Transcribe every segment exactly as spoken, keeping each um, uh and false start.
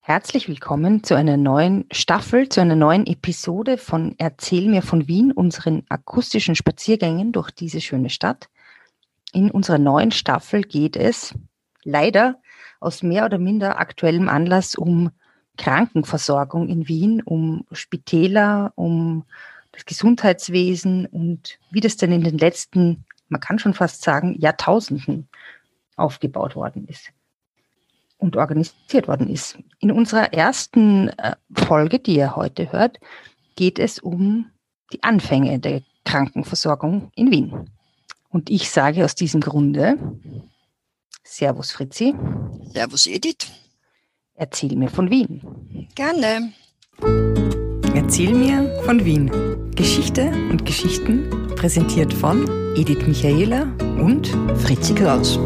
Herzlich willkommen zu einer neuen Staffel, zu einer neuen Episode von Erzähl mir von Wien, unseren akustischen Spaziergängen durch diese schöne Stadt. In unserer neuen Staffel geht es leider aus mehr oder minder aktuellem Anlass um Krankenversorgung in Wien, um Spitäler, um das Gesundheitswesen und wie das denn in den letzten, man kann schon fast sagen, Jahrtausenden aufgebaut worden ist und organisiert worden ist. In unserer ersten äh, Folge, die ihr heute hört, geht es um die Anfänge der Krankenversorgung in Wien. Und ich sage aus diesem Grunde, Servus Fritzi. Servus Edith. Erzähl mir von Wien. Gerne. Erzähl mir von Wien. Geschichte und Geschichten präsentiert von Edith Michaela und Fritzi Kraus.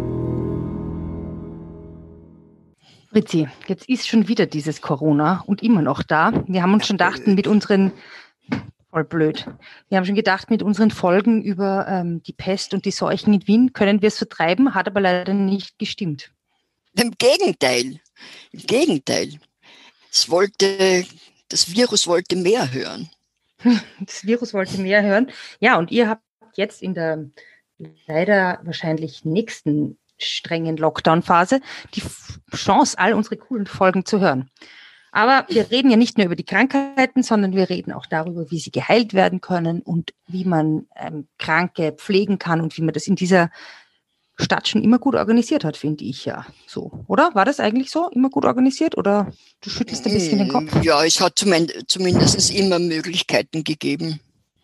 Fritzi, jetzt ist schon wieder dieses Corona und immer noch da. Wir haben uns schon gedacht, mit unseren, voll blöd, wir haben schon gedacht, mit unseren Folgen über ähm, die Pest und die Seuchen in Wien können wir es vertreiben, hat aber leider nicht gestimmt. Im Gegenteil, im Gegenteil. Es wollte, das Virus wollte mehr hören. Das Virus wollte mehr hören. Ja, und ihr habt jetzt in der leider wahrscheinlich nächsten strengen Lockdown-Phase die Chance, all unsere coolen Folgen zu hören. Aber wir reden ja nicht nur über die Krankheiten, sondern wir reden auch darüber, wie sie geheilt werden können und wie man ähm, Kranke pflegen kann und wie man das in dieser Stadt schon immer gut organisiert hat, finde ich ja so. Oder? War das eigentlich so? Immer gut organisiert? Oder du schüttelst ein bisschen den Kopf? Ja, es hat zumindest immer Möglichkeiten gegeben,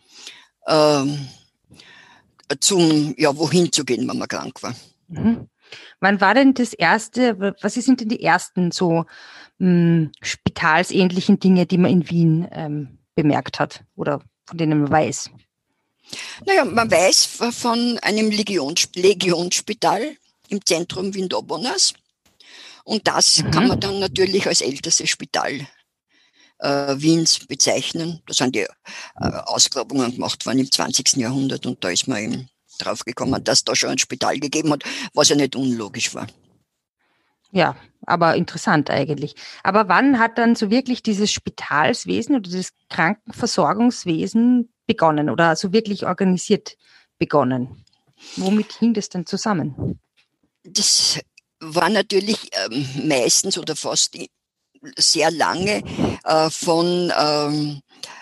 ähm, zum, ja, wohin zu gehen, wenn man krank war. Mhm. Wann war denn das erste, was sind denn die ersten so mh, spitalsähnlichen Dinge, die man in Wien ähm, bemerkt hat oder von denen man weiß? Naja, man weiß von einem Legions, Legionsspital im Zentrum Wien-Dobonas und das mhm. kann man dann natürlich als ältestes Spital äh, Wiens bezeichnen. Da sind die äh, Ausgrabungen gemacht worden im zwanzigsten Jahrhundert und da ist man eben drauf gekommen, dass da schon ein Spital gegeben hat, was ja nicht unlogisch war. Ja, aber interessant eigentlich. Aber wann hat dann so wirklich dieses Spitalswesen oder das Krankenversorgungswesen begonnen oder so wirklich organisiert begonnen? Womit hing das denn zusammen? Das war natürlich ähm, meistens oder fast sehr lange äh, von ähm,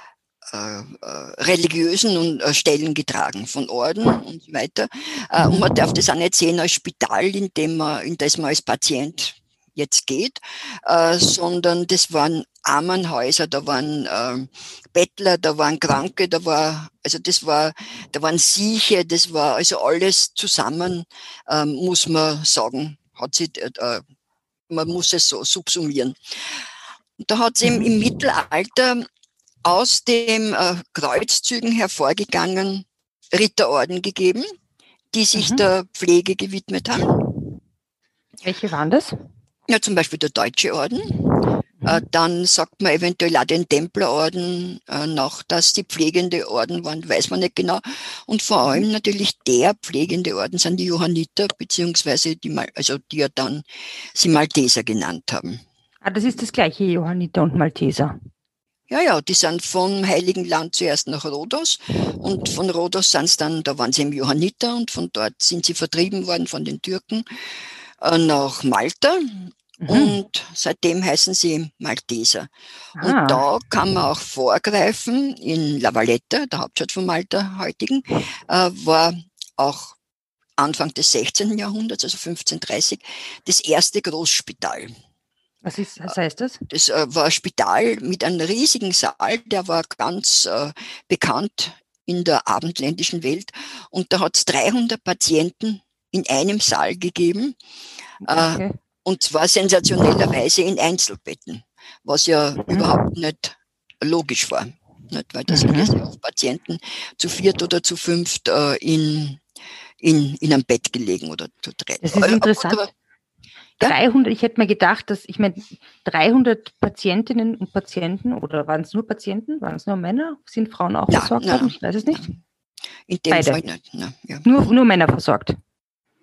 Äh, religiösen und, äh, Stellen getragen, von Orden und so weiter. Äh, und man darf das auch nicht sehen als Spital, in dem man, in das man als Patient jetzt geht, äh, sondern das waren Armenhäuser, da waren äh, Bettler, da waren Kranke, da war, also das war, da waren Sieche, das war also alles zusammen, äh, muss man sagen, hat sich, äh, man muss es so subsumieren. Und da hat es eben im Mittelalter aus den äh, Kreuzzügen hervorgegangen Ritterorden gegeben, die sich mhm. der Pflege gewidmet haben. Welche waren das? Ja, zum Beispiel der Deutsche Orden. Mhm. Äh, dann sagt man eventuell auch den Templerorden äh, noch, dass die pflegende Orden waren, weiß man nicht genau. Und vor allem mhm. natürlich der pflegende Orden sind die Johanniter, beziehungsweise die, also die ja dann sie Malteser genannt haben. Ah, das ist das gleiche, Johanniter und Malteser. Ja, ja, die sind vom Heiligen Land zuerst nach Rhodos und von Rhodos sind sie dann, da waren sie im Johanniter und von dort sind sie vertrieben worden von den Türken äh, nach Malta mhm. und seitdem heißen sie Malteser. Ah. Und da kann man auch vorgreifen, in La Valletta, der Hauptstadt von Malta heutigen, äh, war auch Anfang des sechzehnten Jahrhunderts, also fünfzehnhundertdreißig, das erste Großspital. Was, ist, was heißt das? Das äh, war ein Spital mit einem riesigen Saal, der war ganz äh, bekannt in der abendländischen Welt. Und da hat es dreihundert Patienten in einem Saal gegeben. Okay. Äh, und zwar sensationellerweise in Einzelbetten, was ja mhm. überhaupt nicht logisch war. Nicht? Weil da sind mhm. ja auch Patienten zu viert oder zu fünft äh, in, in, in einem Bett gelegen oder zu drei. Das ist interessant. Aber, dreihundert, ich hätte mir gedacht, dass, ich meine, dreihundert Patientinnen und Patienten, oder waren es nur Patienten, waren es nur Männer? Sind Frauen auch ja, versorgt na, worden? Ich weiß es nicht. In dem Beide. Fall nicht. Na, ja. nur, nur Männer versorgt.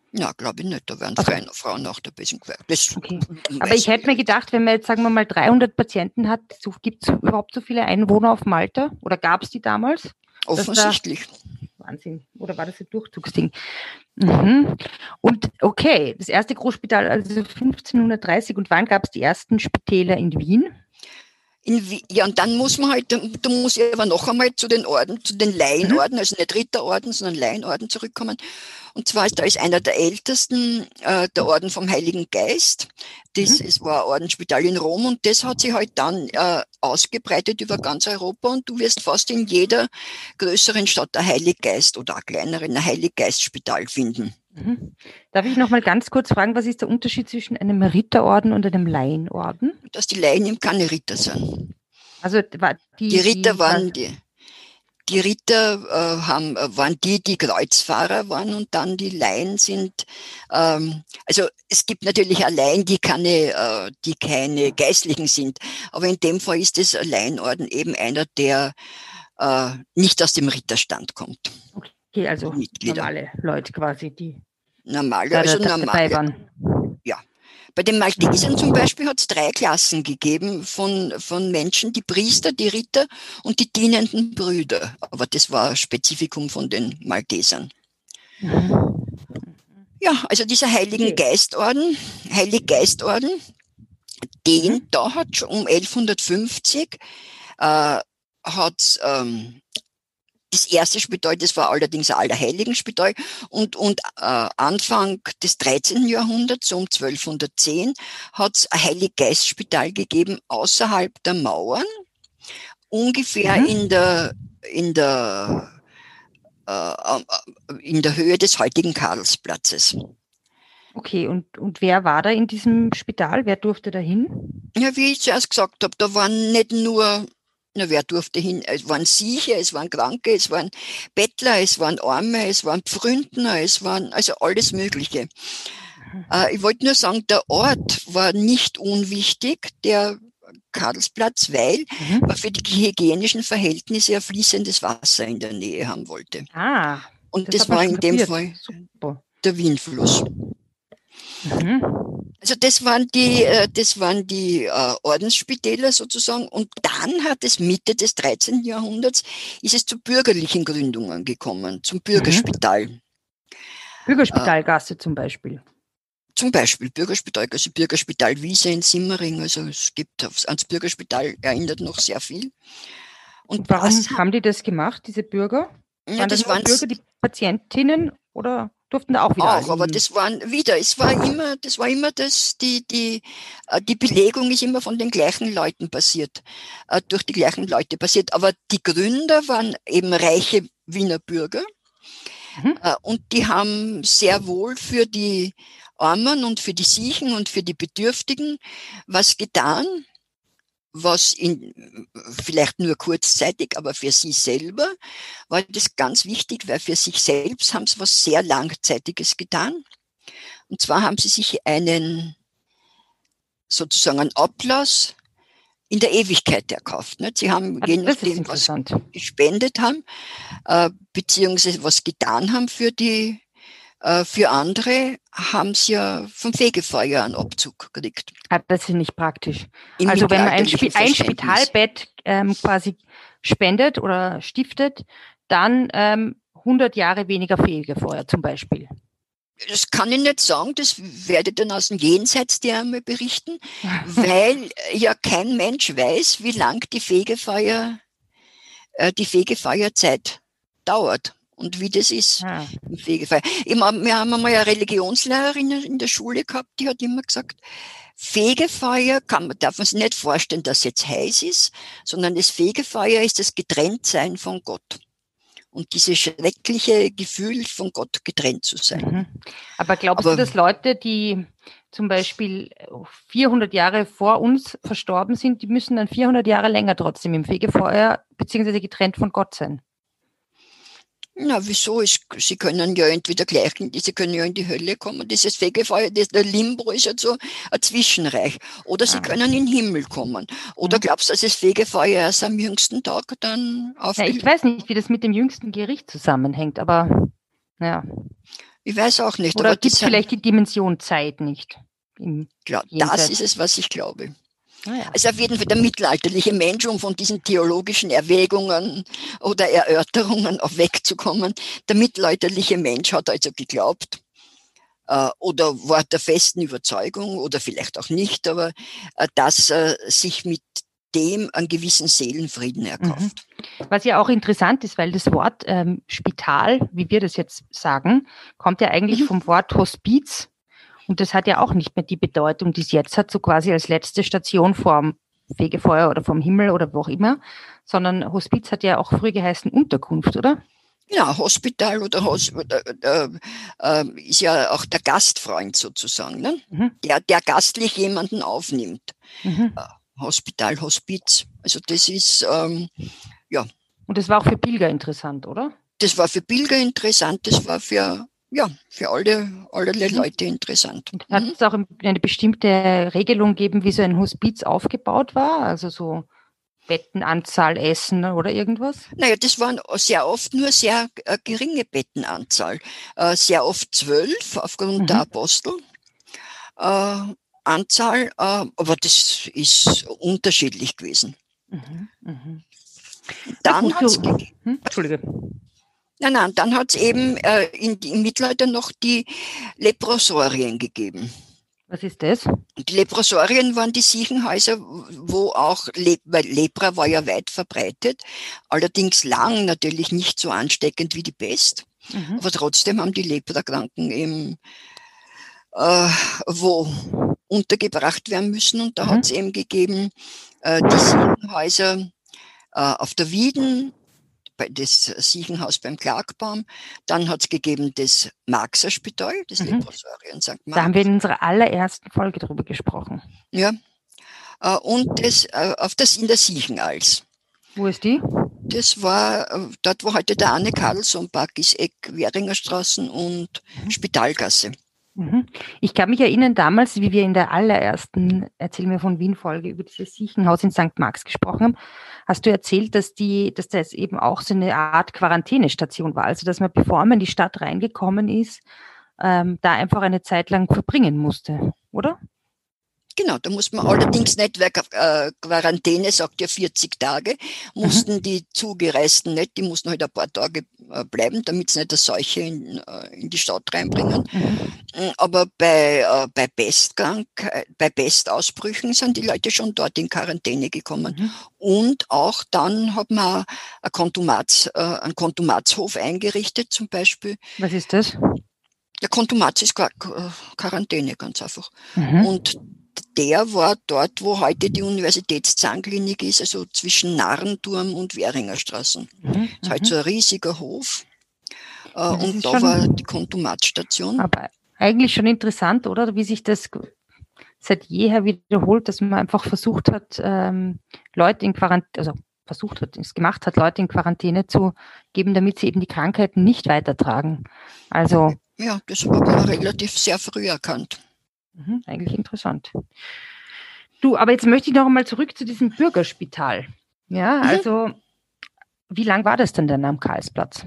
Ja, glaube ich nicht. Da werden Also, Frauen, Frauen auch dabei sind. Das okay. weiß Aber ich hätte mir nicht. gedacht, wenn man jetzt, sagen wir mal, dreihundert Patienten hat, so, gibt es überhaupt so viele Einwohner auf Malta? Oder gab es die damals? Dass da, Offensichtlich. Wahnsinn. Oder war das ein Durchzugsding? Mhm. Und okay, das erste Großspital, also fünfzehnhundertdreißig. Und wann gab es die ersten Spitäler in Wien? In, Wi- ja, und dann muss man halt, da muss ich aber noch einmal zu den Orden, zu den Mhm. Laienorden, also nicht Ritterorden, sondern Laienorden zurückkommen. Und zwar ist da ist einer der ältesten äh, der Orden vom Heiligen Geist. Das Mhm. ist, war ein Ordensspital in Rom und das hat sich halt dann äh, ausgebreitet über ganz Europa und du wirst fast in jeder größeren Stadt ein Heiliggeist oder auch kleineren ein Heiliggeistspital finden. Mhm. Darf ich noch mal ganz kurz fragen, was ist der Unterschied zwischen einem Ritterorden und einem Laienorden? Dass die Laien eben keine Ritter sind. Also war Die die, Ritter die waren die, Die Ritter äh, haben, äh, waren die, die Kreuzfahrer waren und dann die Laien sind, ähm, also es gibt natürlich auch Laien, die keine, äh, die keine Geistlichen sind, aber in dem Fall ist es ein Laienorden eben einer, der äh, nicht aus dem Ritterstand kommt. okay, Die also Mitglieder. normale Leute quasi, die Normale, da, da, also da dabei normale, waren. ja. Bei den Maltesern zum Beispiel hat es drei Klassen gegeben von, von Menschen, die Priester, die Ritter und die dienenden Brüder. Aber das war ein Spezifikum von den Maltesern. Mhm. Ja, also dieser Heiligen Okay. Geistorden, Heilig Geistorden, den Mhm. da hat schon um elfhundertfünfzig äh, hat ähm, das erste Spital, das war allerdings ein Allerheiligenspital und, und äh, Anfang des dreizehnten Jahrhunderts, so um zwölfhundertzehn, hat es ein Heiliggeistspital gegeben außerhalb der Mauern, ungefähr in Mhm. der, in der, äh, in der Höhe des heutigen Karlsplatzes. Okay, und, und wer war da in diesem Spital? Wer durfte da hin? Ja, wie ich zuerst gesagt habe, da waren nicht nur, na, wer durfte hin? Es waren Sieche, es waren Kranke, es waren Bettler, es waren Arme, es waren Pfründner, es waren also alles Mögliche. Äh, ich wollte nur sagen, der Ort war nicht unwichtig, der Karlsplatz, weil man Mhm. für die hygienischen Verhältnisse ja fließendes Wasser in der Nähe haben wollte. Ah, Und das hat das man war schon in dem kapiert. Fall Super. der Wienfluss. Mhm. Also das waren die, äh, das waren die äh, Ordensspitäler sozusagen. Und dann hat es Mitte des dreizehnten Jahrhunderts, ist es zu bürgerlichen Gründungen gekommen, zum Mhm. Bürgerspital. Äh, Bürgerspitalgasse zum Beispiel. Zum Beispiel Bürgerspital, also Bürgerspital Wiese in Simmering. Also es gibt aufs- ans Bürgerspital erinnert noch sehr viel. Und Und das, warum haben die das gemacht, diese Bürger? ja, Waren das das nur waren Bürger, die Patientinnen oder durften da auch wieder alle auch, aber hin? das waren wieder, es war immer, das war immer das, die, die, äh, die Belegung ist immer von den gleichen Leuten passiert, äh, durch die gleichen Leute passiert. Aber die Gründer waren eben reiche Wiener Bürger, Mhm. äh, und die haben sehr wohl für die Armen und für die Siechen und für die Bedürftigen was getan, was in, vielleicht nur kurzzeitig, aber für sie selber war das ganz wichtig, weil für sich selbst haben sie was sehr Langzeitiges getan. Und zwar haben sie sich einen, sozusagen einen Ablass in der Ewigkeit erkauft. Nicht? Sie haben, Ah, je das ist nachdem, was interessant. gespendet haben, äh, beziehungsweise was getan haben für die, äh, für andere, haben sie ja vom Fegefeuer einen Abzug gekriegt. Ah, das ist nicht praktisch. Im Also wenn man ein, Spi mittelalterlichen ein Verständnis. Spitalbett ähm, quasi spendet oder stiftet, dann ähm, hundert Jahre weniger Fegefeuer zum Beispiel. Das kann ich nicht sagen, das werde ich dann aus dem Jenseits dir einmal berichten, weil ja kein Mensch weiß, wie lang die Fegefeuer, äh, die Fegefeuerzeit dauert und wie das ist Ah, im Fegefeuer. Ich mein, wir haben einmal eine Religionslehrerin in der Schule gehabt, die hat immer gesagt, Fegefeuer kann man, darf man sich nicht vorstellen, dass es jetzt heiß ist, sondern das Fegefeuer ist das Getrenntsein von Gott. Und dieses schreckliche Gefühl, von Gott getrennt zu sein. mhm. Aber glaubst du, Aber dass Leute, die zum Beispiel vierhundert Jahre vor uns verstorben sind, die müssen dann vierhundert Jahre länger trotzdem im Fegefeuer beziehungsweise getrennt von Gott sein? na, wieso? Ich, sie können ja entweder gleich, sie können ja in die Hölle kommen. Dieses Fegefeuer, das, der Limbo ist ja so ein Zwischenreich. Oder sie Ah, können in den Himmel kommen. Oder mhm. glaubst du, dass das Fegefeuer erst am jüngsten Tag dann Ja, ich aufgelöst? weiß nicht, wie das mit dem jüngsten Gericht zusammenhängt, aber ja. Ich weiß auch nicht. Oder Aber gibt es das, vielleicht die Dimension Zeit nicht? Im glaub, das Jenseits? ist es, was ich glaube. Ah, ja. Also auf jeden Fall der mittelalterliche Mensch, um von diesen theologischen Erwägungen oder Erörterungen auch wegzukommen. Der mittelalterliche Mensch hat also geglaubt äh, oder war der festen Überzeugung oder vielleicht auch nicht, aber äh, dass er sich mit dem einen gewissen Seelenfrieden erkauft. Mhm. Was ja auch interessant ist, weil das Wort ähm, Spital, wie wir das jetzt sagen, kommt ja eigentlich Mhm. vom Wort Hospiz. Und das hat ja auch nicht mehr die Bedeutung, die es jetzt hat, so quasi als letzte Station vorm Fegefeuer oder vom Himmel oder wo auch immer, sondern Hospiz hat ja auch früher geheißen Unterkunft, oder? Ja, Hospital oder, Hos oder äh, äh, ist ja auch der Gastfreund sozusagen, ne? Mhm. der, der gastlich jemanden aufnimmt. Mhm. Äh, Hospital, Hospiz. Also das ist, ähm, ja, Und das war auch für Pilger interessant, oder? das war für Pilger interessant, das war für, ja, für alle, allerlei Mhm. Leute interessant. Und hat Mhm. es auch eine bestimmte Regelung gegeben, wie so ein Hospiz aufgebaut war? Also so Bettenanzahl, Essen oder irgendwas? Naja, das waren sehr oft nur sehr äh, geringe Bettenanzahl. Äh, sehr oft zwölf aufgrund Mhm. der Apostel. Äh, Anzahl, äh, aber das ist unterschiedlich gewesen. Mhm. Mhm. Na Dann gut, hat es so. Hm? Entschuldige. nein, nein, dann hat's eben äh, in, im Mittelalter noch die Leprosorien gegeben. Was ist das? Die Leprosorien waren die Siechenhäuser, wo auch, Le weil Lepra war ja weit verbreitet, allerdings lang natürlich nicht so ansteckend wie die Pest, Mhm. aber trotzdem haben die Leprakranken eben äh, wo untergebracht werden müssen und da Mhm. hat es eben gegeben äh, die Siechenhäuser äh, auf der Wieden, das Siechenhaus beim Klagbaum, dann hat es gegeben das Marxer Spital, das Mhm. Leprosaurier Sankt Da haben Marx. wir in unserer allerersten Folge drüber gesprochen. Ja, äh, und das äh, auf das in der Siechenals. Wo ist die? Das war äh, dort, wo heute der Arne Karlsson Park ist, Eck Währinger Straßen und Mhm. Spitalgasse. Mhm. Ich kann mich erinnern, damals, wie wir in der allerersten Erzähl mir von Wien-Folge über dieses Siechenhaus in Sankt Marx gesprochen haben, hast du erzählt, dass die, dass das eben auch so eine Art Quarantänestation war. Also, dass man, bevor man in die Stadt reingekommen ist, ähm, da einfach eine Zeit lang verbringen musste, oder? Genau, da muss man allerdings nicht, weil äh, Quarantäne sagt ja vierzig Tage, mussten Mhm. die Zugereisten nicht, die mussten halt ein paar Tage äh, bleiben, damit sie nicht eine Seuche in, äh, in die Stadt reinbringen. Mhm. Aber bei, äh, bei Pestkrankheit, bei Pestausbrüchen sind die Leute schon dort in Quarantäne gekommen. Mhm. Und auch dann hat man ein Kontumats, äh, einen Kontumatshof eingerichtet, zum Beispiel. Was ist das? Der Kontumats ist Quar Quarantäne, ganz einfach. Mhm. Und der war dort, wo heute die Universitätszahnklinik ist, also zwischen Narrenturm und Währinger Straßen. Mhm. Das ist halt Mhm. so ein riesiger Hof. Äh, Das und ist da war schon, die Kontumatstation. aber eigentlich schon interessant, oder? Wie sich das seit jeher wiederholt, dass man einfach versucht hat, ähm, Leute in Quarantäne, also versucht hat, es gemacht hat, Leute in Quarantäne zu geben, damit sie eben die Krankheiten nicht weitertragen. Also Ja, das hat man relativ sehr früh erkannt. mhm, eigentlich interessant. Du, aber jetzt möchte ich noch einmal zurück zu diesem Bürgerspital. Ja, Mhm. also wie lang war das denn denn am Karlsplatz?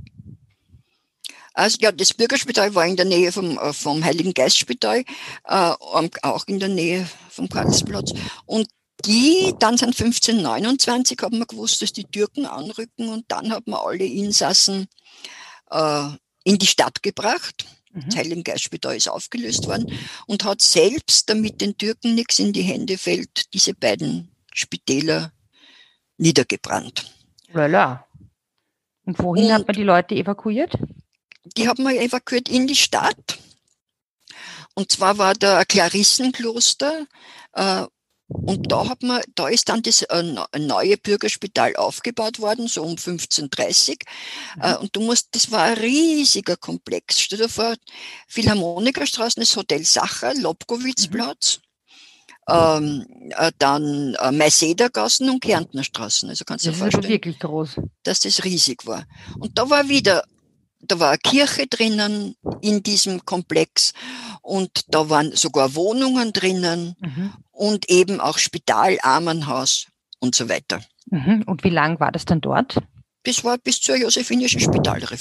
Also ja, das Bürgerspital war in der Nähe vom, äh, vom Heiligen Geistspital, äh, auch in der Nähe vom Karlsplatz. Und die, dann sind fünfzehnhundertneunundzwanzig, haben wir gewusst, dass die Türken anrücken und dann hat man alle Insassen äh, in die Stadt gebracht. Mhm. Das Heilige Geistspital ist aufgelöst worden und hat selbst, damit den Türken nichts in die Hände fällt, diese beiden Spitäler niedergebrannt. Lala. Und wohin Und hat man die Leute evakuiert? die haben wir evakuiert in die Stadt. Und zwar war da ein Klarissenkloster. Äh, und da hat man, da ist dann das äh, neue Bürgerspital aufgebaut worden, so um fünfzehnhundertdreißig. Mhm. Äh, und du musst, das war ein riesiger Komplex. Stell dir vor, Philharmonikerstraßen, das Hotel Sacher, Lobkowitzplatz. Mhm. Ähm, äh, dann äh, Maisedergassen und Kärntnerstraßen. Also kannst du dir Das ist aber vorstellen, wirklich groß. dass das riesig war. Und da war wieder, da war eine Kirche drinnen in diesem Komplex und da waren sogar Wohnungen drinnen Mhm. und eben auch Spital, Armenhaus und so weiter. Mhm. Und wie lang war das dann dort? Das war bis zur josephinischen Spitalreform.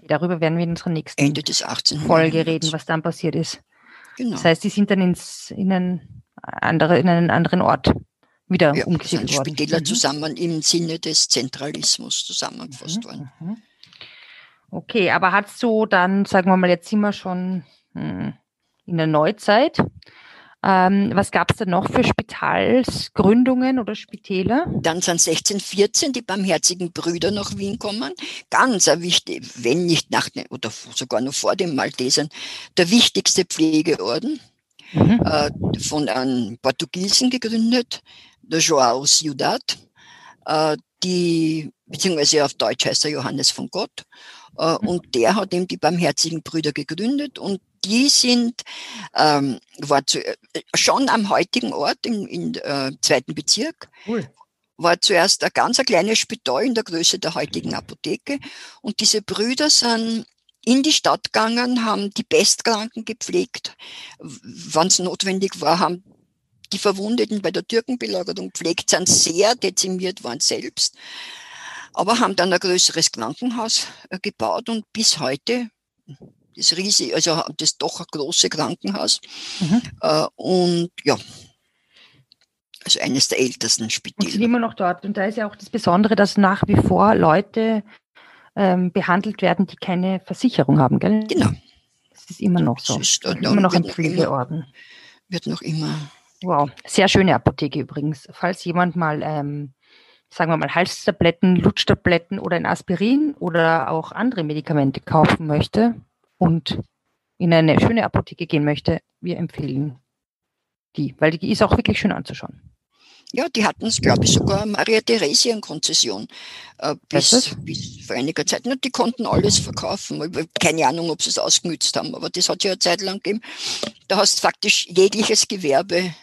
Darüber werden wir in unserer nächsten Ende des achtzehnten. Folge Jahrhunderts reden, was dann passiert ist. Genau. Das heißt, die sind dann ins, in, einen andere, in einen anderen Ort wieder Ja, umgesiedelt sind worden. Spitäler Mhm. zusammen im Sinne des Zentralismus zusammengefasst Mhm. worden. Mhm. Okay, aber hat so dann, sagen wir mal, jetzt sind wir schon hm, in der Neuzeit. Ähm, was gab es denn noch für Spitalsgründungen oder Spitäler? Dann sind sechzehnhundertvierzehn die Barmherzigen Brüder nach Wien kommen. Ganz ein wichtig, wenn nicht nach dem, oder sogar noch vor dem Maltesern, der wichtigste Pflegeorden, Mhm. äh, von einem Portugiesen gegründet, der João Ciudad, äh, die, beziehungsweise auf Deutsch heißt er Johannes von Gott. Uh, und der hat eben die Barmherzigen Brüder gegründet und die sind ähm, war zu, äh, schon am heutigen Ort im, im äh, zweiten Bezirk. Cool. War zuerst ein ganz ein kleines Spital in der Größe der heutigen Apotheke und diese Brüder sind in die Stadt gegangen, haben die Pestkranken gepflegt, wann es notwendig war, haben die Verwundeten bei der Türkenbelagerung gepflegt, sind sehr dezimiert worden selbst, aber haben dann ein größeres Krankenhaus äh, gebaut und bis heute das riesige, also das doch ein große Krankenhaus. Mhm. Äh, und ja, also eines der ältesten Spitäler. Und sind immer noch dort. Und da ist ja auch das Besondere, dass nach wie vor Leute ähm, behandelt werden, die keine Versicherung haben, gell? Genau. Das ist immer noch Das so. ist, Das ist ja, immer noch wird ein noch Pflegeorden. Immer, wird noch immer. Wow, sehr schöne Apotheke übrigens. Falls jemand mal, ähm, sagen wir mal, Halstabletten, Lutschtabletten oder ein Aspirin oder auch andere Medikamente kaufen möchte und in eine schöne Apotheke gehen möchte, wir empfehlen die, weil die ist auch wirklich schön anzuschauen. Ja, die hatten es, glaube ich, sogar Maria Theresien-Konzession äh, bis, bis vor einiger Zeit. Na, die konnten alles verkaufen. Keine Ahnung, ob sie es ausgenützt haben, aber das hat ja eine Zeit lang gegeben. Da hast du faktisch jegliches Gewerbe. Äh,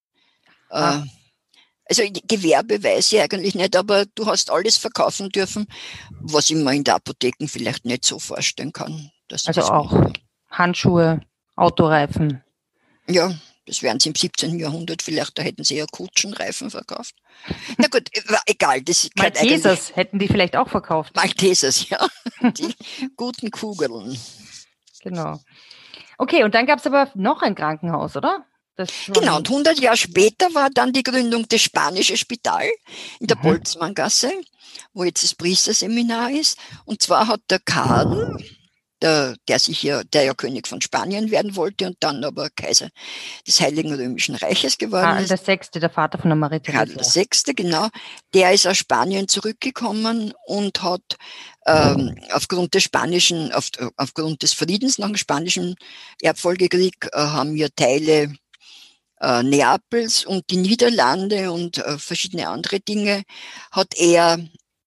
Ah. Also Gewerbe weiß ich eigentlich nicht, aber du hast alles verkaufen dürfen, was ich mir in der Apotheken vielleicht nicht so vorstellen kann. Dass Also das auch macht. Handschuhe, Autoreifen. Ja, das wären sie im siebzehnten. Jahrhundert vielleicht, da hätten sie ja Kutschenreifen verkauft. Na gut, egal. Das Maltesers hätten die vielleicht auch verkauft. Maltesers, ja. Die guten Kugeln. Genau. Okay, und dann gab es aber noch ein Krankenhaus, oder? Das genau, und hundert Jahre später war dann die Gründung des Spanischen Spital in der mhm. Boltzmanngasse, wo jetzt das Priesterseminar ist. Und zwar hat der Karl, der, der sich ja, der ja König von Spanien werden wollte und dann aber Kaiser des Heiligen Römischen Reiches geworden Karl ist. der Sechste, der Vater von der Maria Theresia. Karl der Sechste, genau. Der ist aus Spanien zurückgekommen und hat ähm, aufgrund des spanischen, auf, aufgrund des Friedens nach dem spanischen Erbfolgekrieg äh, haben wir Teile äh, Neapels und die Niederlande und äh, verschiedene andere Dinge hat er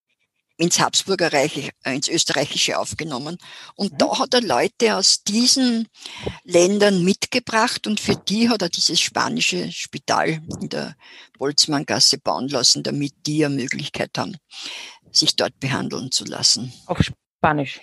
ins Habsburger Reich, äh, ins Österreichische aufgenommen. Und mhm. da hat er Leute aus diesen Ländern mitgebracht und für die hat er dieses spanische Spital in der Boltzmanngasse bauen lassen, damit die eine Möglichkeit haben, sich dort behandeln zu lassen. Auf Spanisch?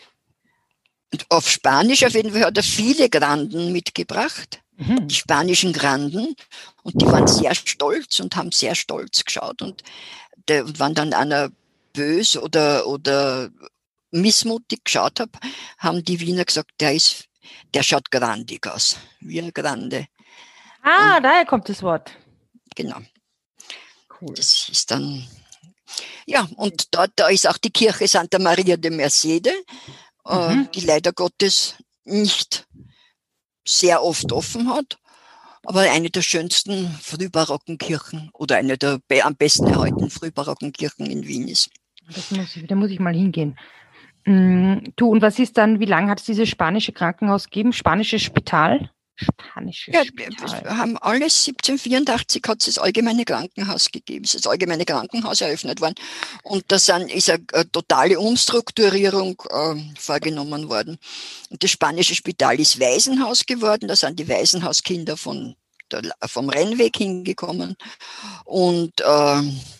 Und auf Spanisch auf jeden Fall hat er viele Granden mitgebracht, mhm. die spanischen Granden, und die waren sehr stolz und haben sehr stolz geschaut und der, wenn dann einer bös oder, oder missmutig geschaut habe, haben die Wiener gesagt, der ist, der schaut grandig aus, wie ein Grande. Ah, und daher kommt das Wort. Genau. Cool. Das ist dann, ja, und dort, da ist auch die Kirche Santa Maria de Mercede, mhm. äh, die leider Gottes nicht sehr oft offen hat, aber eine der schönsten frühbarocken Kirchen oder eine der am besten erhaltenen frühbarocken Kirchen in Wien ist. Das muss ich, da muss ich mal hingehen. Mm, du, und was ist dann, wie lange hat es dieses spanische Krankenhaus gegeben? Spanisches Spital? Spanisches ja, Spital. Wir haben alles, siebzehnhundertvierundachtzig hat es das allgemeine Krankenhaus gegeben, es ist das allgemeine Krankenhaus eröffnet worden und da sind, ist eine, eine totale Umstrukturierung äh, vorgenommen worden. Und das spanische Spital ist Waisenhaus geworden, da sind die Waisenhauskinder von der, vom Rennweg hingekommen und äh,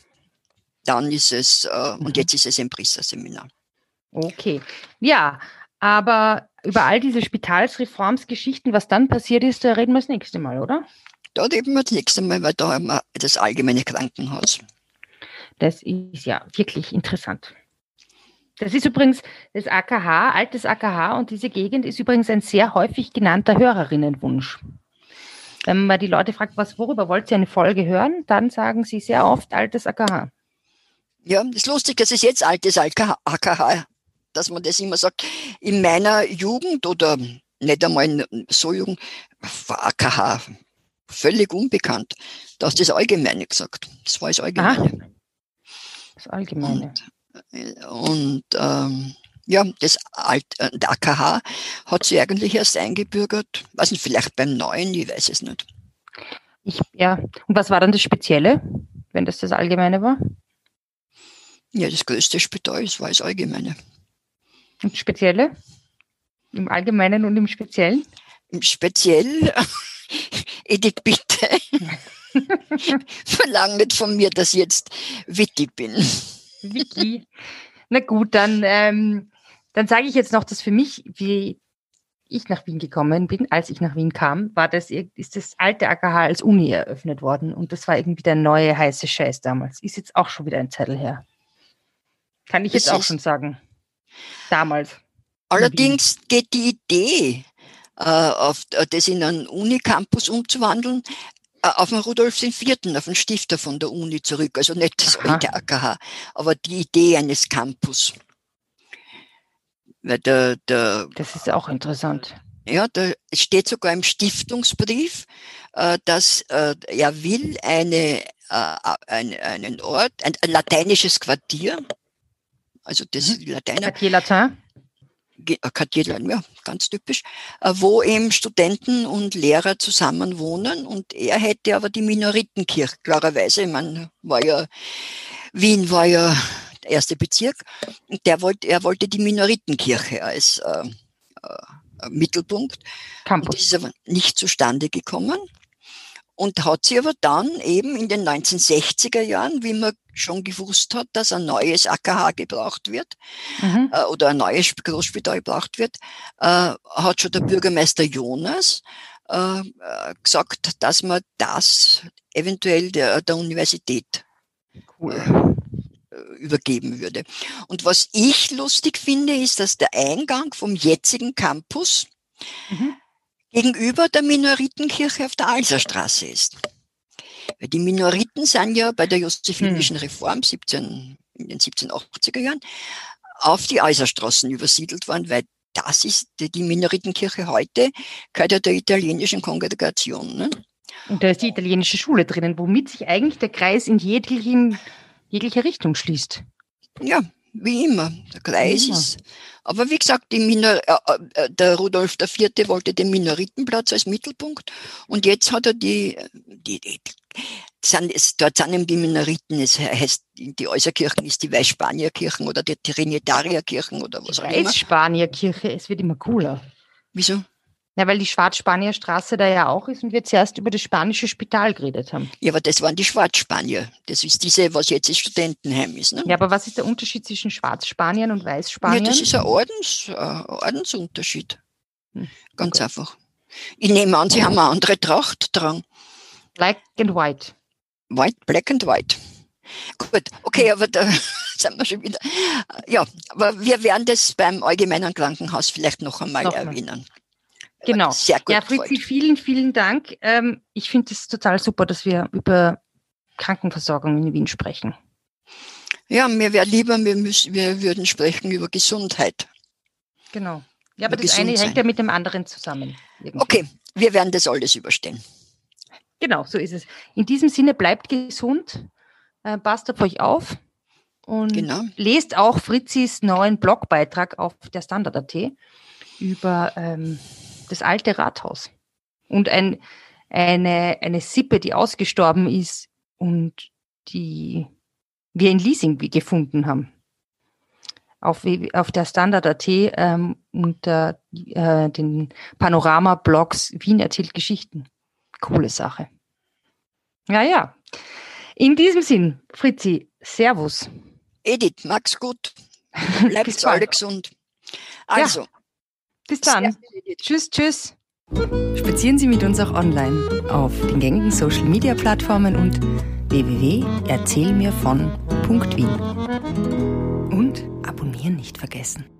dann ist es, äh, mhm. und jetzt ist es ein Priesterseminar. Okay, ja, aber über all diese Spitalsreformsgeschichten, was dann passiert ist, da reden wir das nächste Mal, oder? Da reden wir das nächste Mal, weil da haben wir das allgemeine Krankenhaus. Das ist ja wirklich interessant. Das ist übrigens das A K H, altes A K H, und diese Gegend ist übrigens ein sehr häufig genannter Hörerinnenwunsch. Wenn man die Leute fragt, was, worüber wollt ihr eine Folge hören, dann sagen sie sehr oft altes A K H. Ja, das ist lustig, dass es jetzt altes A K H, dass man das immer sagt. In meiner Jugend oder nicht einmal so Jugend war A K H völlig unbekannt. Da hast du das Allgemeine gesagt. Das war das Allgemeine. Ah, das Allgemeine. Und, und ähm, ja, das Alt, äh, der A K H hat sich eigentlich erst eingebürgert. Weiß nicht, vielleicht beim Neuen, ich weiß es nicht. Ich, ja. Und was war dann das Spezielle, wenn das das Allgemeine war? Ja, das größte Spital, das war das Allgemeine. Und Spezielle? Im Allgemeinen und im Speziellen? Im Speziell, Edith, bitte, verlang nicht von mir, dass ich jetzt witty bin. Wiki. Na gut, dann, ähm, dann sage ich jetzt noch, dass für mich, wie ich nach Wien gekommen bin, als ich nach Wien kam, war das, ist das alte A K H als Uni eröffnet worden. Und das war irgendwie der neue heiße Scheiß damals. Ist jetzt auch schon wieder ein Zettel her. Kann ich jetzt das auch schon sagen. Damals. Allerdings geht die Idee, äh, auf, das in einen Unicampus umzuwandeln, äh, auf den Rudolf den Vierten, auf den Stifter von der Uni zurück. Also nicht das Aha. alte A K H, aber die Idee eines Campus. Weil der, der, das ist auch interessant. Ja, da steht sogar im Stiftungsbrief, äh, dass äh, er will eine, äh, ein, einen Ort, ein, ein lateinisches Quartier, also das mhm. Lateiner. Quartier Latin. Quartier Latin, ja, ganz typisch, äh, wo eben Studenten und Lehrer zusammen wohnen, und er hätte aber die Minoritenkirche, klarerweise, ich meine, war ja, Wien war ja der erste Bezirk, und der wollte, er wollte die Minoritenkirche als äh, äh, Mittelpunkt. Campus. Und das ist aber nicht zustande gekommen. Und hat sie aber dann eben in den neunzehnhundertsechziger Jahren, wie man schon gewusst hat, dass ein neues A K H gebraucht wird, mhm. äh, oder ein neues Großspital gebraucht wird, äh, hat schon der Bürgermeister Jonas äh, gesagt, dass man das eventuell der, der Universität cool. äh, übergeben würde. Und was ich lustig finde, ist, dass der Eingang vom jetzigen Campus mhm. gegenüber der Minoritenkirche auf der Alserstraße ist. Weil die Minoriten sind ja bei der Josephinischen Reform siebzehn, in den siebzehnhundertachtziger Jahren auf die Alserstraßen übersiedelt worden, weil das ist die, die Minoritenkirche heute, gehört ja der italienischen Kongregation. Ne? Und da ist die italienische Schule drinnen, womit sich eigentlich der Kreis in jeglichen, jeglicher Richtung schließt. Ja, wie immer. Der Kreis ja. ist... Aber wie gesagt, die Minor, äh, der Rudolf der Vierte wollte den Minoritenplatz als Mittelpunkt, und jetzt hat er die, die, die sind, es, dort sind eben die Minoriten, es heißt, die Äußerkirchen ist die Weißspanierkirchen oder die Trinitarier-Kirchen oder was auch immer. Weißspanierkirche, es wird immer cooler. Wieso? Ja, weil die Schwarzspanierstraße da ja auch ist und wir zuerst über das spanische Spital geredet haben. Ja, aber das waren die Schwarzspanier. Das ist diese, was jetzt das Studentenheim ist. Ne? Ja, aber was ist der Unterschied zwischen Schwarzspaniern und Weißspaniern? Ja, das ist ein Ordens, äh, Ordensunterschied. Hm, Ganz okay. einfach. Ich nehme an, Sie haben eine andere Tracht dran. Black and white. White, black and white. Gut, okay, aber da sind wir schon wieder. Ja, aber wir werden das beim Allgemeinen Krankenhaus vielleicht noch einmal noch erwähnen. Mal. Genau. Sehr gut ja, Fritzi, vielen, vielen Dank. Ähm, ich finde es total super, dass wir über Krankenversorgung in Wien sprechen. Ja, mir wäre lieber, wir, müssen, wir würden sprechen über Gesundheit. Genau. Ja, aber über das eine hängt sein. ja mit dem anderen zusammen. Irgendwie. Okay, wir werden das alles überstehen. Genau, so ist es. In diesem Sinne, bleibt gesund, äh, passt auf euch auf und genau. lest auch Fritzis neuen Blogbeitrag auf der Standard Punkt at über ähm, das alte Rathaus und ein, eine, eine Sippe, die ausgestorben ist und die wir in Leasing gefunden haben. Auf, auf der Standard Punkt at ähm, unter äh, den Panorama-Blogs Wien erzählt Geschichten. Coole Sache. Ja, ja. In diesem Sinn, Fritzi, Servus. Edith, mag's gut. Bleibt alle gesund. Also. Ja. Bis dann. Tschüss, tschüss. Spazieren Sie mit uns auch online auf den gängigen Social-Media-Plattformen und w w w punkt erzählmirvon punkt wien. Und abonnieren nicht vergessen.